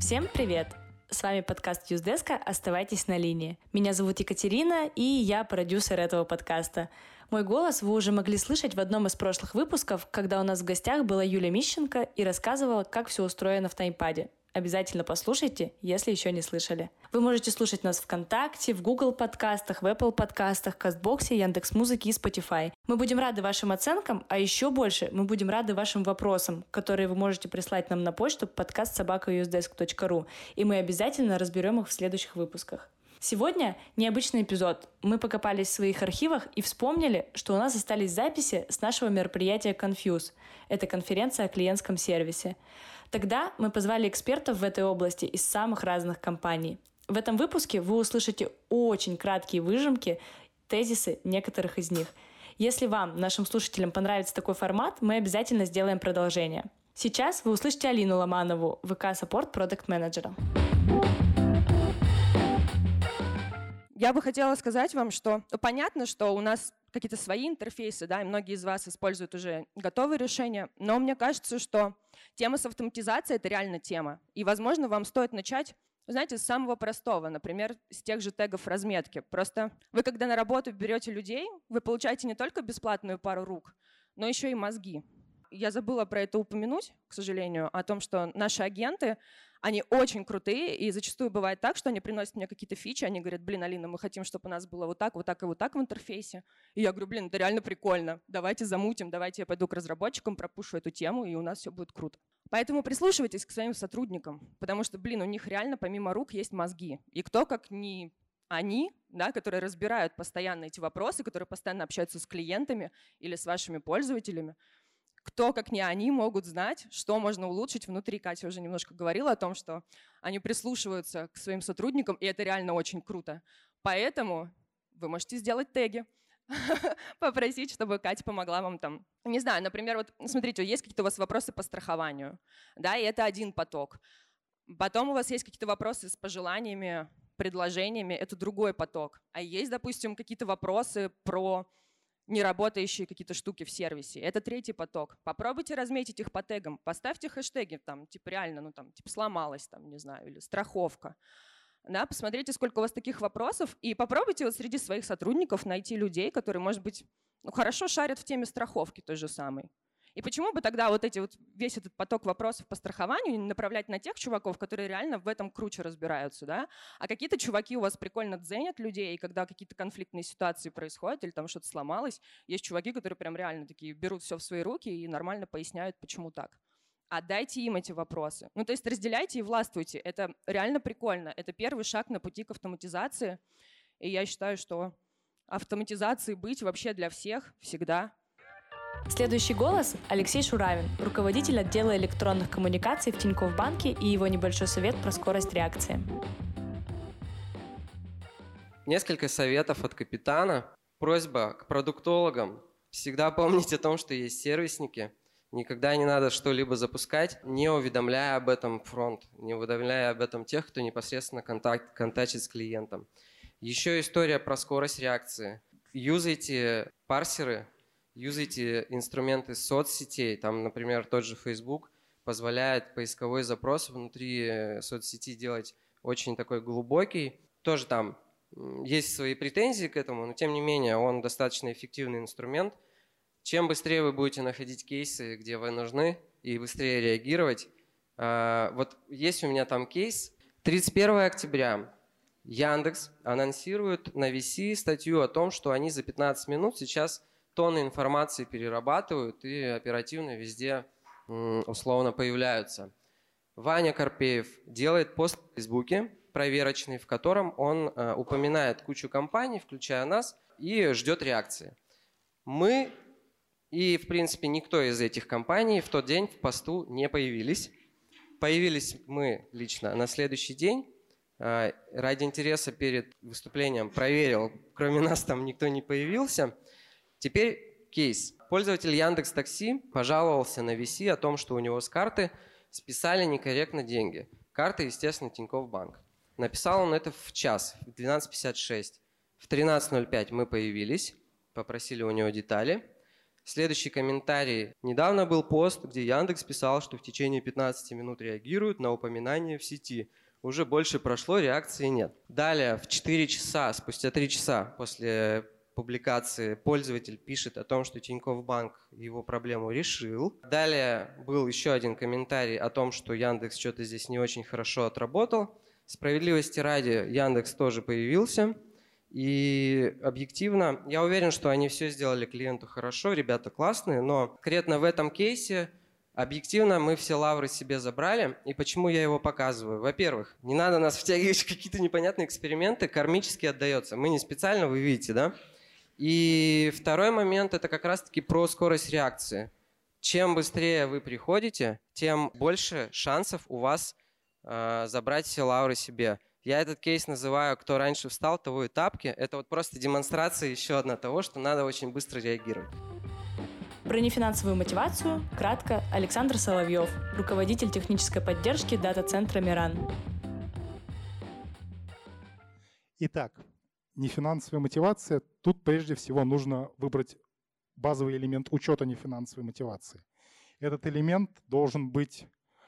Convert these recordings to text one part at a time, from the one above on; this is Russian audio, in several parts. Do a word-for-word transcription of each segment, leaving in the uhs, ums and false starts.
Всем привет! С вами подкаст Юздеска «Оставайтесь на линии». Меня зовут Екатерина, и я продюсер этого подкаста. Мой голос вы уже могли слышать в одном из прошлых выпусков, когда у нас в гостях была Юля Мищенко и рассказывала, как все устроено в Таймпаде. Обязательно послушайте, если еще не слышали. Вы можете слушать нас ВКонтакте, в Google подкастах, в Apple подкастах, Кастбоксе, Яндекс.Музыке и Spotify. Мы будем рады вашим оценкам, а еще больше мы будем рады вашим вопросам, которые вы можете прислать нам на почту подкаст собака юздеск точка ру, и мы обязательно разберем их в следующих выпусках. Сегодня необычный эпизод. Мы покопались в своих архивах и вспомнили, что у нас остались записи с нашего мероприятия Confuse. Это конференция о клиентском сервисе. Тогда мы позвали экспертов в этой области из самых разных компаний. В этом выпуске вы услышите очень краткие выжимки, тезисы некоторых из них. Если вам, нашим слушателям, понравится такой формат, мы обязательно сделаем продолжение. Сейчас вы услышите Алину Ломанову, ви кей Support Product Manager. Я бы хотела сказать вам, что понятно, что у нас какие-то свои интерфейсы, да, и многие из вас используют уже готовые решения, но мне кажется, что тема с автоматизацией – это реально тема. И, возможно, вам стоит начать, знаете, с самого простого, например, с тех же тегов разметки. Просто вы, когда на работу берете людей, вы получаете не только бесплатную пару рук, но еще и мозги. Я забыла про это упомянуть, к сожалению, о том, что наши агенты, они очень крутые, и зачастую бывает так, что они приносят мне какие-то фичи, они говорят: блин, Алина, мы хотим, чтобы у нас было вот так, вот так и вот так в интерфейсе. И я говорю: блин, это реально прикольно, давайте замутим, давайте я пойду к разработчикам, пропушу эту тему, и у нас все будет круто. Поэтому прислушивайтесь к своим сотрудникам, потому что, блин, у них реально помимо рук есть мозги. И кто, как не они, да, которые разбирают постоянно эти вопросы, которые постоянно общаются с клиентами или с вашими пользователями, кто, как не они, могут знать, что можно улучшить внутри. Катя уже немножко говорила о том, что они прислушиваются к своим сотрудникам, и это реально очень круто. Поэтому вы можете сделать теги, попросить, чтобы Катя помогла вам там. Не знаю, например, вот смотрите, есть какие-то у вас вопросы по страхованию, да, и это один поток. Потом у вас есть какие-то вопросы с пожеланиями, предложениями, это другой поток. А есть, допустим, какие-то вопросы про неработающие какие-то штуки в сервисе. Это третий поток. Попробуйте разметить их по тегам, поставьте хэштеги, там, типа реально, ну там, типа сломалось, там, не знаю, или страховка. Да, посмотрите, сколько у вас таких вопросов, и попробуйте вот среди своих сотрудников найти людей, которые, может быть, ну, хорошо шарят в теме страховки той же самой. И почему бы тогда вот эти вот, весь этот поток вопросов по страхованию не направлять на тех чуваков, которые реально в этом круче разбираются, да? А какие-то чуваки у вас прикольно дзенят людей, и когда какие-то конфликтные ситуации происходят или там что-то сломалось, есть чуваки, которые прям реально такие берут все в свои руки и нормально поясняют, почему так. Отдайте им эти вопросы. Ну, то есть разделяйте и властвуйте. Это реально прикольно. Это первый шаг на пути к автоматизации. И я считаю, что автоматизации быть вообще для всех всегда. Следующий голос – Алексей Шуравин, руководитель отдела электронных коммуникаций в Тинькофф Банке, и его небольшой совет про скорость реакции. Несколько советов от капитана. Просьба к продуктологам. Всегда помнить о том, что есть сервисники. Никогда не надо что-либо запускать, не уведомляя об этом фронт, не уведомляя об этом тех, кто непосредственно контакт, контактит с клиентом. Еще история про скорость реакции. Юзайте парсеры, юзайте инструменты соцсетей. Там, например, тот же Facebook позволяет поисковой запрос внутри соцсети делать очень такой глубокий. Тоже там есть свои претензии к этому, но тем не менее он достаточно эффективный инструмент. Чем быстрее вы будете находить кейсы, где вы нужны, и быстрее реагировать. Вот есть у меня там кейс. тридцать первого октября Яндекс анонсирует на ви си статью о том, что они за пятнадцать минут сейчас тонны информации перерабатывают и оперативно везде условно появляются. Ваня Карпеев делает пост в Фейсбуке проверочный, в котором он упоминает кучу компаний, включая нас, и ждет реакции. Мы и, в принципе, никто из этих компаний в тот день в посту не появились. Появились мы лично на следующий день. Ради интереса перед выступлением проверил, кроме нас там никто не появился. Теперь кейс. Пользователь Яндекс.Такси пожаловался на ви си о том, что у него с карты списали некорректно деньги. Карта, естественно, Тинькофф Банк. Написал он это в час, в двенадцать пятьдесят шесть. В тринадцать ноль пять мы появились, попросили у него детали. Следующий комментарий. Недавно был пост, где Яндекс писал, что в течение пятнадцати минут реагируют на упоминание в сети. Уже больше прошло, реакции нет. Далее, в четыре часа, спустя три часа после публикации, пользователь пишет о том, что Тинькофф Банк его проблему решил. Далее был еще один комментарий о том, что Яндекс что-то здесь не очень хорошо отработал. Справедливости ради, Яндекс тоже появился. И объективно, я уверен, что они все сделали клиенту хорошо, ребята классные, но конкретно в этом кейсе объективно мы все лавры себе забрали. И почему я его показываю? Во-первых, не надо нас втягивать в какие-то непонятные эксперименты, кармически отдается. Мы не специально, вы видите, да? И второй момент – это как раз-таки про скорость реакции. Чем быстрее вы приходите, тем больше шансов у вас э, забрать все лавры себе. Я этот кейс называю «Кто раньше встал, того и тапки». Это вот просто демонстрация еще одна того, что надо очень быстро реагировать. Про нефинансовую мотивацию кратко Александр Соловьев, руководитель технической поддержки дата-центра «Миран». Итак, нефинансовая мотивация. Тут прежде всего нужно выбрать базовый элемент учета нефинансовой мотивации. Этот элемент должен быть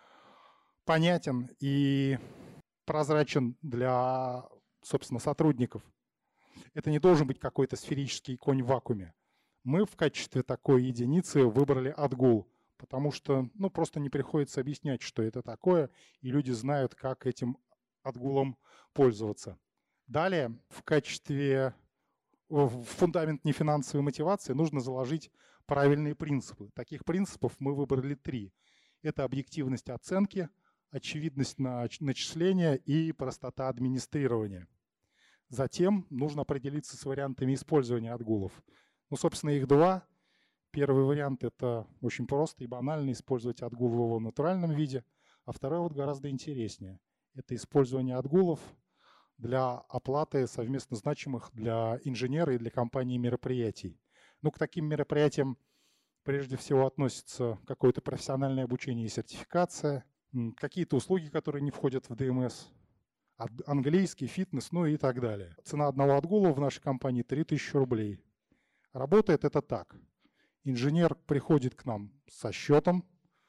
понятен и прозрачен для, собственно, сотрудников. Это не должен быть какой-то сферический конь в вакууме. Мы в качестве такой единицы выбрали отгул, потому что ну, просто не приходится объяснять, что это такое, и люди знают, как этим отгулом пользоваться. Далее, в качестве в фундамент нефинансовой мотивации нужно заложить правильные принципы. Таких принципов мы выбрали три. Это объективность оценки, очевидность начисления и простота администрирования. Затем нужно определиться с вариантами использования отгулов. Ну, собственно, их два. Первый вариант – это очень просто и банально использовать отгул в его натуральном виде, а второй вот гораздо интереснее. Это использование отгулов для оплаты совместно значимых для инженера и для компании мероприятий. Ну, к таким мероприятиям прежде всего относится какое-то профессиональное обучение и сертификация, какие-то услуги, которые не входят в ди эм эс, английский, фитнес, ну и так далее. Цена одного отгула в нашей компании три тысячи рублей. Работает это так. Инженер приходит к нам со счетом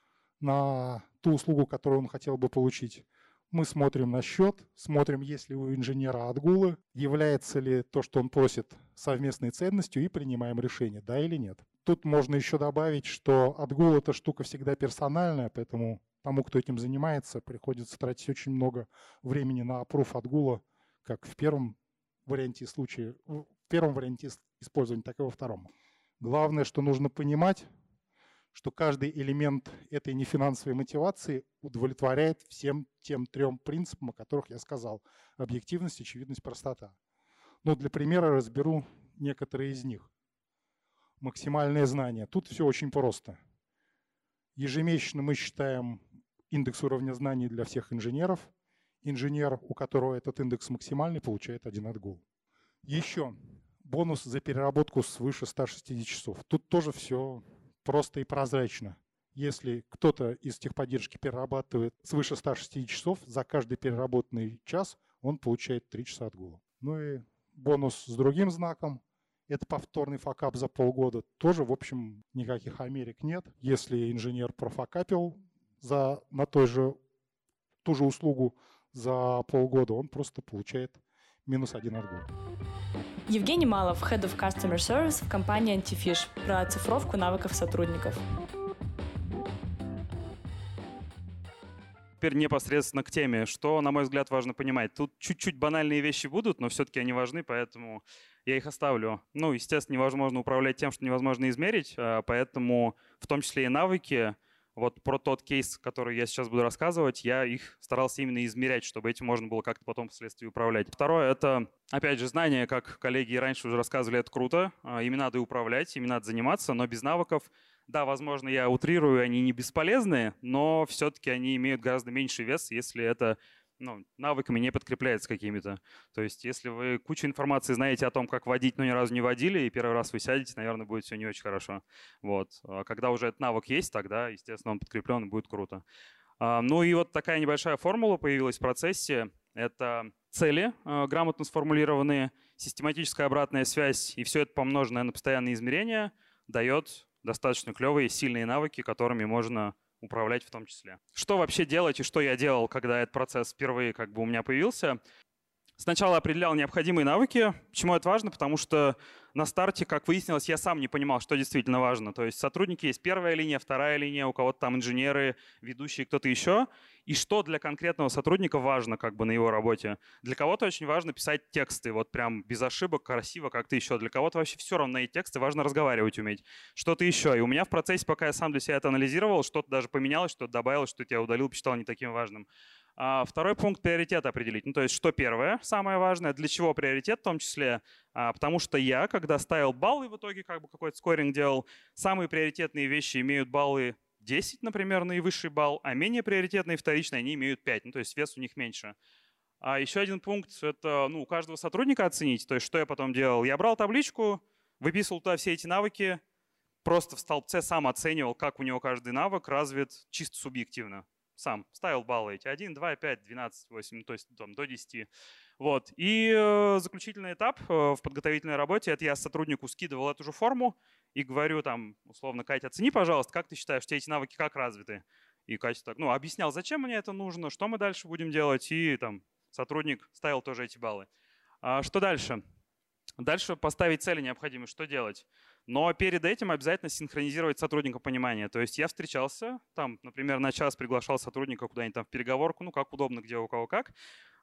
на ту услугу, которую он хотел бы получить. Мы смотрим на счет, смотрим, есть ли у инженера отгулы, является ли то, что он просит, совместной ценностью, и принимаем решение, да или нет. Тут можно еще добавить, что отгул – это штука всегда персональная, поэтому тому, кто этим занимается, приходится тратить очень много времени на аппрув отгула, как в первом варианте случая, в первом варианте использования, так и во втором. Главное, что нужно понимать, что каждый элемент этой нефинансовой мотивации удовлетворяет всем тем трем принципам, о которых я сказал. Объективность, очевидность, простота. Но для примера разберу некоторые из них. Максимальное знание. Тут все очень просто. Ежемесячно мы считаем индекс уровня знаний для всех инженеров. Инженер, у которого этот индекс максимальный, получает один отгул. Еще бонус за переработку свыше ста шестидесяти часов. Тут тоже все просто и прозрачно. Если кто-то из техподдержки перерабатывает свыше ста шестидесяти часов, за каждый переработанный час он получает три часа отгула. Ну и бонус с другим знаком. Это повторный факап за полгода. Тоже, в общем, никаких америк нет. Если инженер профакапил за, на той же, ту же услугу за полгода, он просто получает минус один отгул. Евгений Малов, Head of Customer Service в компании Antifish, про оцифровку навыков сотрудников. Теперь непосредственно к теме. Что, на мой взгляд, важно понимать? Тут чуть-чуть банальные вещи будут, но все-таки они важны, поэтому я их оставлю. Ну, естественно, невозможно управлять тем, что невозможно измерить, поэтому в том числе и навыки. Вот про тот кейс, который я сейчас буду рассказывать, я их старался именно измерять, чтобы этим можно было как-то потом впоследствии управлять. Второе — это, опять же, знания, как коллеги раньше уже рассказывали, это круто. Ими надо и управлять, ими надо заниматься, но без навыков, да, возможно, я утрирую, они не бесполезны, но все-таки они имеют гораздо меньший вес, если это ну, навыками не подкрепляется какими-то. То есть если вы кучу информации знаете о том, как водить, но ни разу не водили, и первый раз вы сядете, наверное, будет все не очень хорошо. Вот. А когда уже этот навык есть, тогда, естественно, он подкреплен и будет круто. Ну и вот такая небольшая формула появилась в процессе. Это цели, грамотно сформулированные, систематическая обратная связь, и все это помноженное на постоянные измерения дает достаточно клевые, сильные навыки, которыми можно управлять в том числе. Что вообще делать и что я делал, когда этот процесс впервые как бы у меня появился? Сначала определял необходимые навыки. Почему это важно? Потому что на старте, как выяснилось, я сам не понимал, что действительно важно. То есть сотрудники есть первая линия, вторая линия, у кого-то там инженеры, ведущие, кто-то еще. И что для конкретного сотрудника важно как бы на его работе. Для кого-то очень важно писать тексты, вот прям без ошибок, красиво как-то еще. Для кого-то вообще все равно на эти тексты, важно разговаривать уметь. Что-то еще. И у меня в процессе, пока я сам для себя это анализировал, что-то даже поменялось, что-то добавилось, что-то я удалил, посчитал не таким важным. А второй пункт — приоритет определить. Ну, то есть, что первое, самое важное, для чего приоритет в том числе. А, потому что я, когда ставил баллы в итоге, как бы какой-то скоринг делал, самые приоритетные вещи имеют баллы десять, например, наивысший балл, а менее приоритетные, вторичные, они имеют пять. Ну, то есть вес у них меньше. А еще один пункт — это ну, у каждого сотрудника оценить. То есть, что я потом делал? Я брал табличку, выписывал туда все эти навыки, просто в столбце сам оценивал, как у него каждый навык развит чисто субъективно. Сам ставил баллы эти один, два, пять, двенадцать, восемь, то есть там, до десяти. Вот. И э, заключительный этап э, в подготовительной работе — это я сотруднику скидывал эту же форму и говорю там, условно, Катя, оцени, пожалуйста, как ты считаешь, эти навыки как развиты? И Катя так, ну, объяснял, зачем мне это нужно, что мы дальше будем делать, и там сотрудник ставил тоже эти баллы. А что дальше? Дальше поставить цели необходимые, что делать? Но перед этим обязательно синхронизировать сотрудника понимания. То есть я встречался, там, например, на час приглашал сотрудника куда-нибудь там в переговорку, ну как удобно, где у кого как,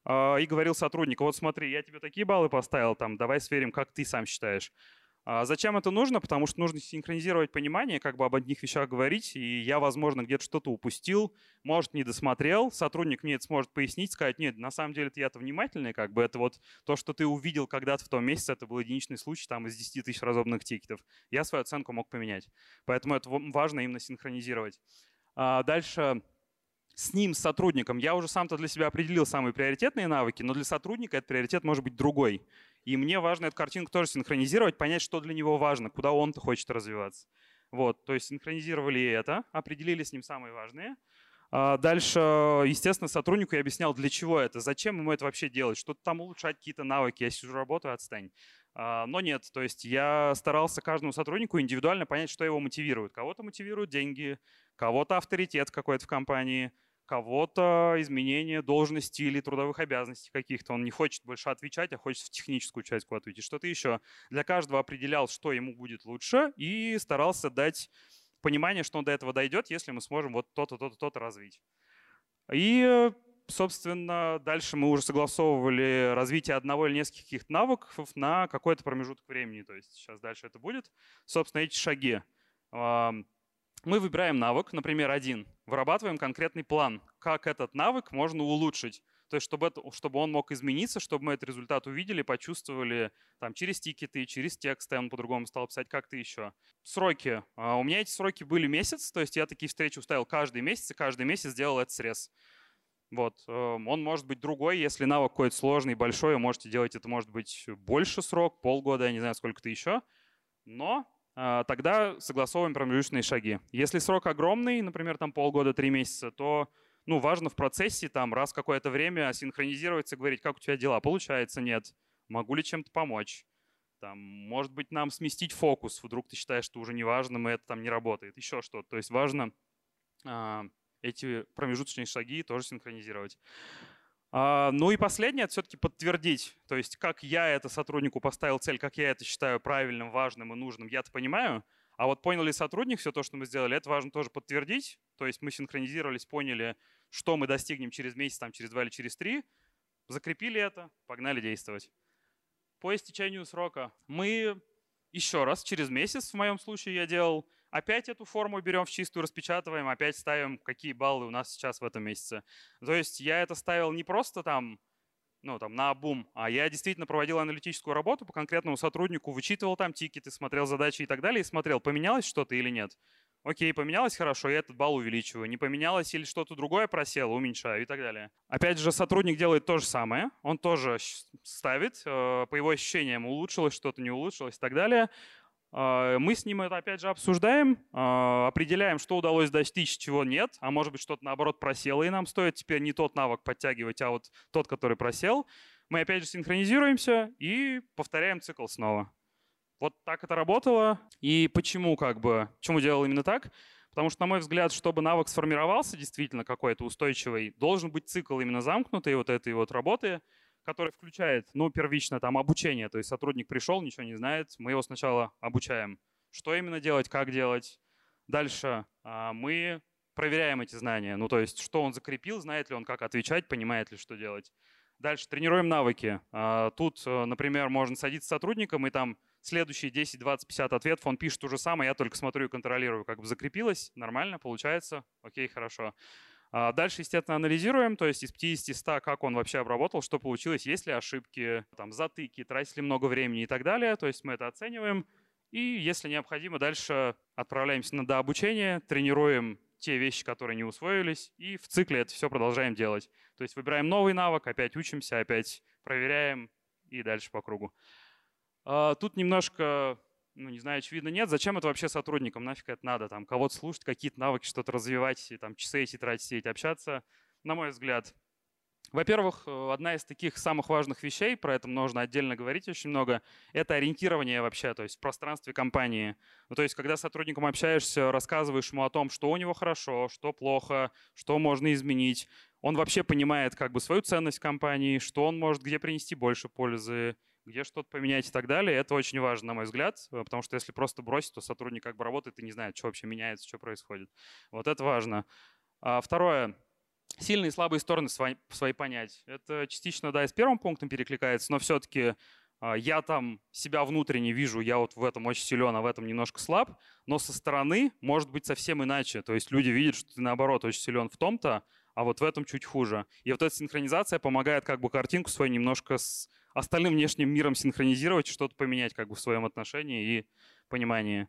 и говорил сотруднику, вот смотри, я тебе такие баллы поставил, там, давай сверим, как ты сам считаешь. А зачем это нужно? Потому что нужно синхронизировать понимание, как бы об одних вещах говорить, и я, возможно, где-то что-то упустил, может, не досмотрел, сотрудник мне это сможет пояснить, сказать, нет, на самом деле я-то внимательный, как бы это вот то, что ты увидел когда-то в том месяце, это был единичный случай там из десяти тысяч разобранных тикетов. Я свою оценку мог поменять. Поэтому это важно именно синхронизировать. А дальше с ним, с сотрудником, я уже сам-то для себя определил самые приоритетные навыки, но для сотрудника этот приоритет может быть другой. И мне важно эту картинку тоже синхронизировать, понять, что для него важно, куда он-то хочет развиваться. Вот, то есть синхронизировали это, определили с ним самые важные. Дальше, естественно, сотруднику я объяснял, для чего это, зачем ему это вообще делать, что-то там улучшать, какие-то навыки, я сижу, работаю, отстань. Но нет, то есть я старался каждому сотруднику индивидуально понять, что его мотивирует. Кого-то мотивируют деньги, кого-то авторитет какой-то в компании, кого-то изменение должности или трудовых обязанностей каких-то. Он не хочет больше отвечать, а хочет в техническую часть куда-то уйти. Что-то еще. Для каждого определял, что ему будет лучше, и старался дать понимание, что он до этого дойдет, если мы сможем вот то-то, то-то, то-то развить. И, собственно, дальше мы уже согласовывали развитие одного или нескольких каких-то навыков на какой-то промежуток времени. То есть сейчас дальше это будет. Собственно, эти шаги. Мы выбираем навык, например, один, вырабатываем конкретный план, как этот навык можно улучшить. То есть чтобы, это, чтобы он мог измениться, чтобы мы этот результат увидели, почувствовали там, через тикеты, через тексты, он по-другому стал писать, как-то еще. Сроки. У меня эти сроки были месяц, то есть я такие встречи уставил каждый месяц, и каждый месяц делал этот срез. Вот. Он может быть другой, если навык какой-то сложный, большой, вы можете делать это, может быть, больше срок, полгода, я не знаю, сколько-то еще. Но тогда согласовываем промежуточные шаги. Если срок огромный, например, там полгода, три месяца, то ну, важно в процессе там, раз в какое-то время синхронизироваться, говорить, как у тебя дела, получается, нет, могу ли чем-то помочь. Там, может быть, нам сместить фокус, вдруг ты считаешь, что уже не важно, и это там не работает, еще что-то. То есть важно а, эти промежуточные шаги тоже синхронизировать. А, ну и последнее — это все-таки подтвердить. То есть как я это сотруднику поставил цель, как я это считаю правильным, важным и нужным, я-то понимаю. А вот понял ли сотрудник все то, что мы сделали, это важно тоже подтвердить. То есть мы синхронизировались, поняли, что мы достигнем через месяц, там, через два или через три, закрепили это, погнали действовать. По истечению срока мы еще раз, через месяц, в моем случае я делал, опять эту форму берем в чистую, распечатываем, опять ставим, какие баллы у нас сейчас в этом месяце. То есть я это ставил не просто там, ну, там, наобум, а я действительно проводил аналитическую работу по конкретному сотруднику, вычитывал там тикеты, смотрел задачи и так далее, и смотрел, поменялось что-то или нет. Окей, поменялось, хорошо, я этот балл увеличиваю. Не поменялось или что-то другое просело, уменьшаю и так далее. Опять же, сотрудник делает то же самое. Он тоже ставит, по его ощущениям, улучшилось что-то, не улучшилось и так далее. Мы с ним это опять же обсуждаем, определяем, что удалось достичь, чего нет, а может быть что-то наоборот просело, и нам стоит теперь не тот навык подтягивать, а вот тот, который просел. Мы опять же синхронизируемся и повторяем цикл снова. вот так это работало. И почему как бы, почему делал именно так? Потому что, на мой взгляд, чтобы навык сформировался действительно какой-то устойчивый, должен быть цикл именно замкнутой вот этой вот работы, который включает, ну, первично там обучение. То есть сотрудник пришел, ничего не знает, мы его сначала обучаем. Что именно делать, как делать. Дальше а, мы проверяем эти знания. Ну, то есть что он закрепил, знает ли он, как отвечать, понимает ли, что делать. Дальше тренируем навыки. А, тут, например, можно садиться с сотрудником и там следующие десять, двадцать, пятьдесят ответов он пишет то же самое, я только смотрю и контролирую, как бы закрепилось, нормально, получается, окей, хорошо. А дальше, естественно, анализируем, то есть из пятидесяти ста, как он вообще обработал, что получилось, есть ли ошибки, там, затыки, тратит ли много времени и так далее. То есть мы это оцениваем. И если необходимо, дальше отправляемся на дообучение, тренируем те вещи, которые не усвоились, и в цикле это все продолжаем делать. То есть выбираем новый навык, опять учимся, опять проверяем и дальше по кругу. Тут немножко, ну не знаю, очевидно нет. Зачем это вообще сотрудникам? Нафиг это надо? Там кого-то слушать, какие-то навыки, что-то развивать, там часы эти тратить, сидеть, общаться. На мой взгляд, во-первых, одна из таких самых важных вещей, про это нужно отдельно говорить очень много, это ориентирование вообще, то есть в пространстве компании. Ну, то есть когда с сотрудником общаешься, рассказываешь ему о том, что у него хорошо, что плохо, что можно изменить, он вообще понимает как бы свою ценность в компании, что он может где принести больше пользы, где что-то поменять и так далее. Это очень важно, на мой взгляд, потому что если просто бросить, то сотрудник как бы работает и не знает, что вообще меняется, что происходит. Вот это важно. А второе. Сильные и слабые стороны свои, свои понять. Это частично, да, и с первым пунктом перекликается, но все-таки а, я там себя внутренне вижу, я вот в этом очень силен, а в этом немножко слаб, но со стороны может быть совсем иначе. То есть люди видят, что ты наоборот очень силен в том-то, а вот в этом чуть хуже. И вот эта синхронизация помогает как бы картинку свою немножко с остальным внешним миром синхронизировать, что-то поменять как бы в своем отношении и понимании.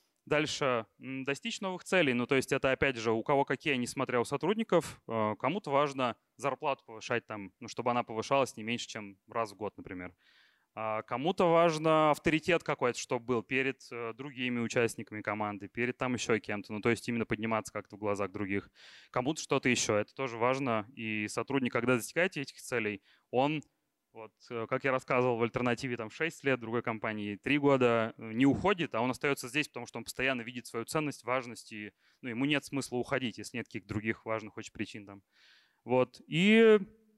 Дальше достичь новых целей. Ну, то есть это, опять же, у кого какие, несмотря у сотрудников. Кому-то важно зарплату повышать, там, ну, чтобы она повышалась не меньше, чем раз в год, например. Кому-то важно авторитет какой-то, чтобы был перед другими участниками команды, перед там еще кем-то. Ну, то есть именно подниматься как-то в глазах других. Кому-то что-то еще. Это тоже важно. И сотрудник, когда достигает этих целей, он... Вот, как я рассказывал, в альтернативе там шесть лет, в другой компании три года не уходит, а он остается здесь, потому что он постоянно видит свою ценность, важность, и ну, ему нет смысла уходить, если нет каких-то других важных очень причин. Там. Вот. И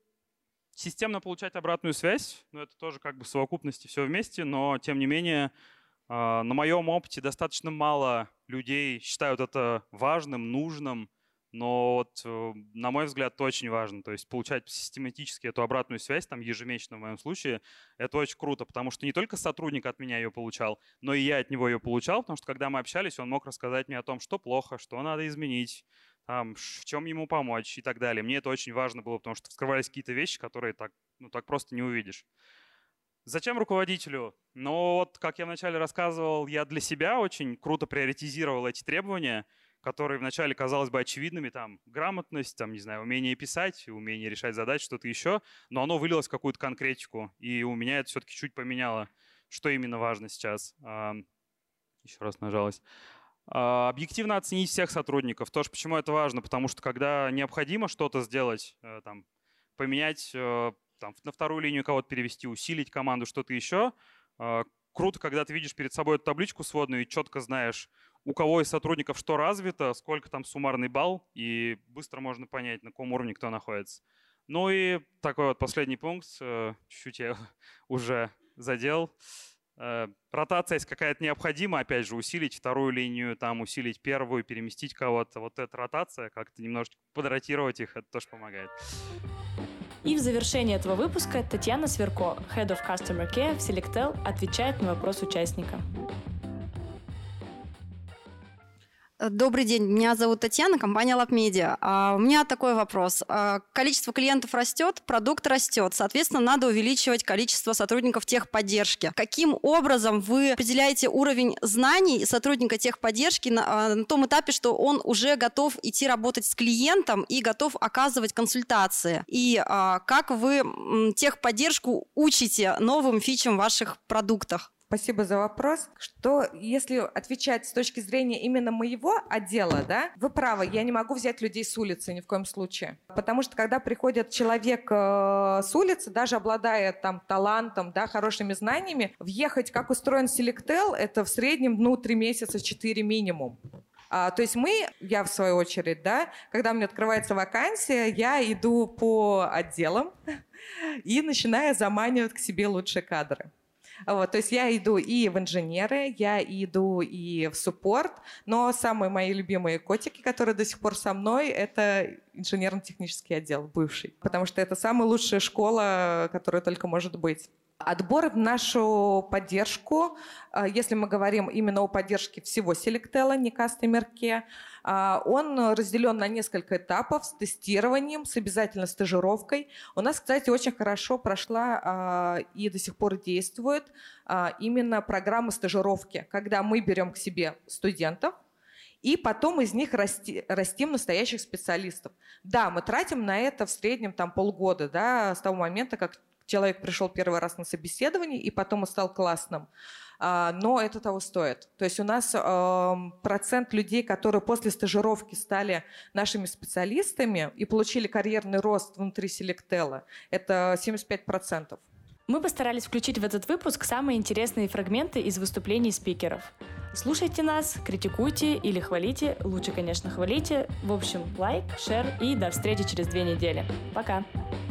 системно получать обратную связь, ну, это тоже как бы в совокупности все вместе, но тем не менее на моем опыте достаточно мало людей считают это важным, нужным. Но вот, на мой взгляд, это очень важно. То есть получать систематически эту обратную связь, там ежемесячно в моем случае, это очень круто, потому что не только сотрудник от меня ее получал, но и я от него ее получал, потому что когда мы общались, он мог рассказать мне о том, что плохо, что надо изменить, там, в чем ему помочь и так далее. Мне это очень важно было, потому что вскрывались какие-то вещи, которые так, ну, так просто не увидишь. Зачем руководителю? Ну вот, как я вначале рассказывал, я для себя очень круто приоритизировал эти требования, которые вначале казалось бы очевидными, там, грамотность, там, не знаю, умение писать, умение решать задачи, что-то еще, но оно вылилось в какую-то конкретику, и у меня это все-таки чуть поменяло, что именно важно сейчас. Еще раз нажалось. Объективно оценить всех сотрудников. Тоже почему это важно, потому что когда необходимо что-то сделать, там, поменять, там, на вторую линию кого-то перевести, усилить команду, что-то еще, круто, когда ты видишь перед собой эту табличку сводную и четко знаешь, у кого из сотрудников что развито, сколько там суммарный балл, и быстро можно понять, на каком уровне кто находится. Ну и такой вот последний пункт, чуть-чуть я уже задел. Ротация, если какая-то необходима, опять же, усилить вторую линию, там, усилить первую, переместить кого-то. Вот эта ротация, как-то немножечко подротировать их, это тоже помогает. И в завершении этого выпуска Татьяна Сверко, Head of Customer Care в Selectel, отвечает на вопрос участника. Добрый день, меня зовут Татьяна, компания LabMedia. А у меня такой вопрос. А количество клиентов растет, продукт растет, соответственно, надо увеличивать количество сотрудников техподдержки. Каким образом вы определяете уровень знаний сотрудника техподдержки на, на том этапе, что он уже готов идти работать с клиентом и готов оказывать консультации? И а, как вы техподдержку учите новым фичам в ваших продуктах? Спасибо за вопрос. Что, если отвечать с точки зрения именно моего отдела, да, вы правы, я не могу взять людей с улицы ни в коем случае. Потому что когда приходит человек э, с улицы, даже обладая там талантом, да, хорошими знаниями, въехать, как устроен Selectel, это в среднем, ну, три месяца, четыре минимум. А, то есть мы, я в свою очередь, да, когда у меня открывается вакансия, я иду по отделам и начинаю заманивать к себе лучшие кадры. Вот, то есть я иду и в инженеры, я иду и в суппорт, но самые мои любимые котики, которые до сих пор со мной, это инженерно-технический отдел, бывший, потому что это самая лучшая школа, которая только может быть. Отбор в нашу поддержку, если мы говорим именно о поддержке всего Selectel, не Customer Care, он разделен на несколько этапов с тестированием, с обязательно стажировкой. У нас, кстати, очень хорошо прошла и до сих пор действует именно программа стажировки, когда мы берем к себе студентов, и потом из них расти, растим настоящих специалистов. Да, мы тратим на это в среднем там, полгода, да, с того момента, как человек пришел первый раз на собеседование и потом он стал классным. Но это того стоит. То есть у нас э, процент людей, которые после стажировки стали нашими специалистами и получили карьерный рост внутри Selectel, это семьдесят пять процентов. Мы постарались включить в этот выпуск самые интересные фрагменты из выступлений спикеров. Слушайте нас, критикуйте или хвалите. Лучше, конечно, хвалите. В общем, лайк, шер и до встречи через две недели. Пока!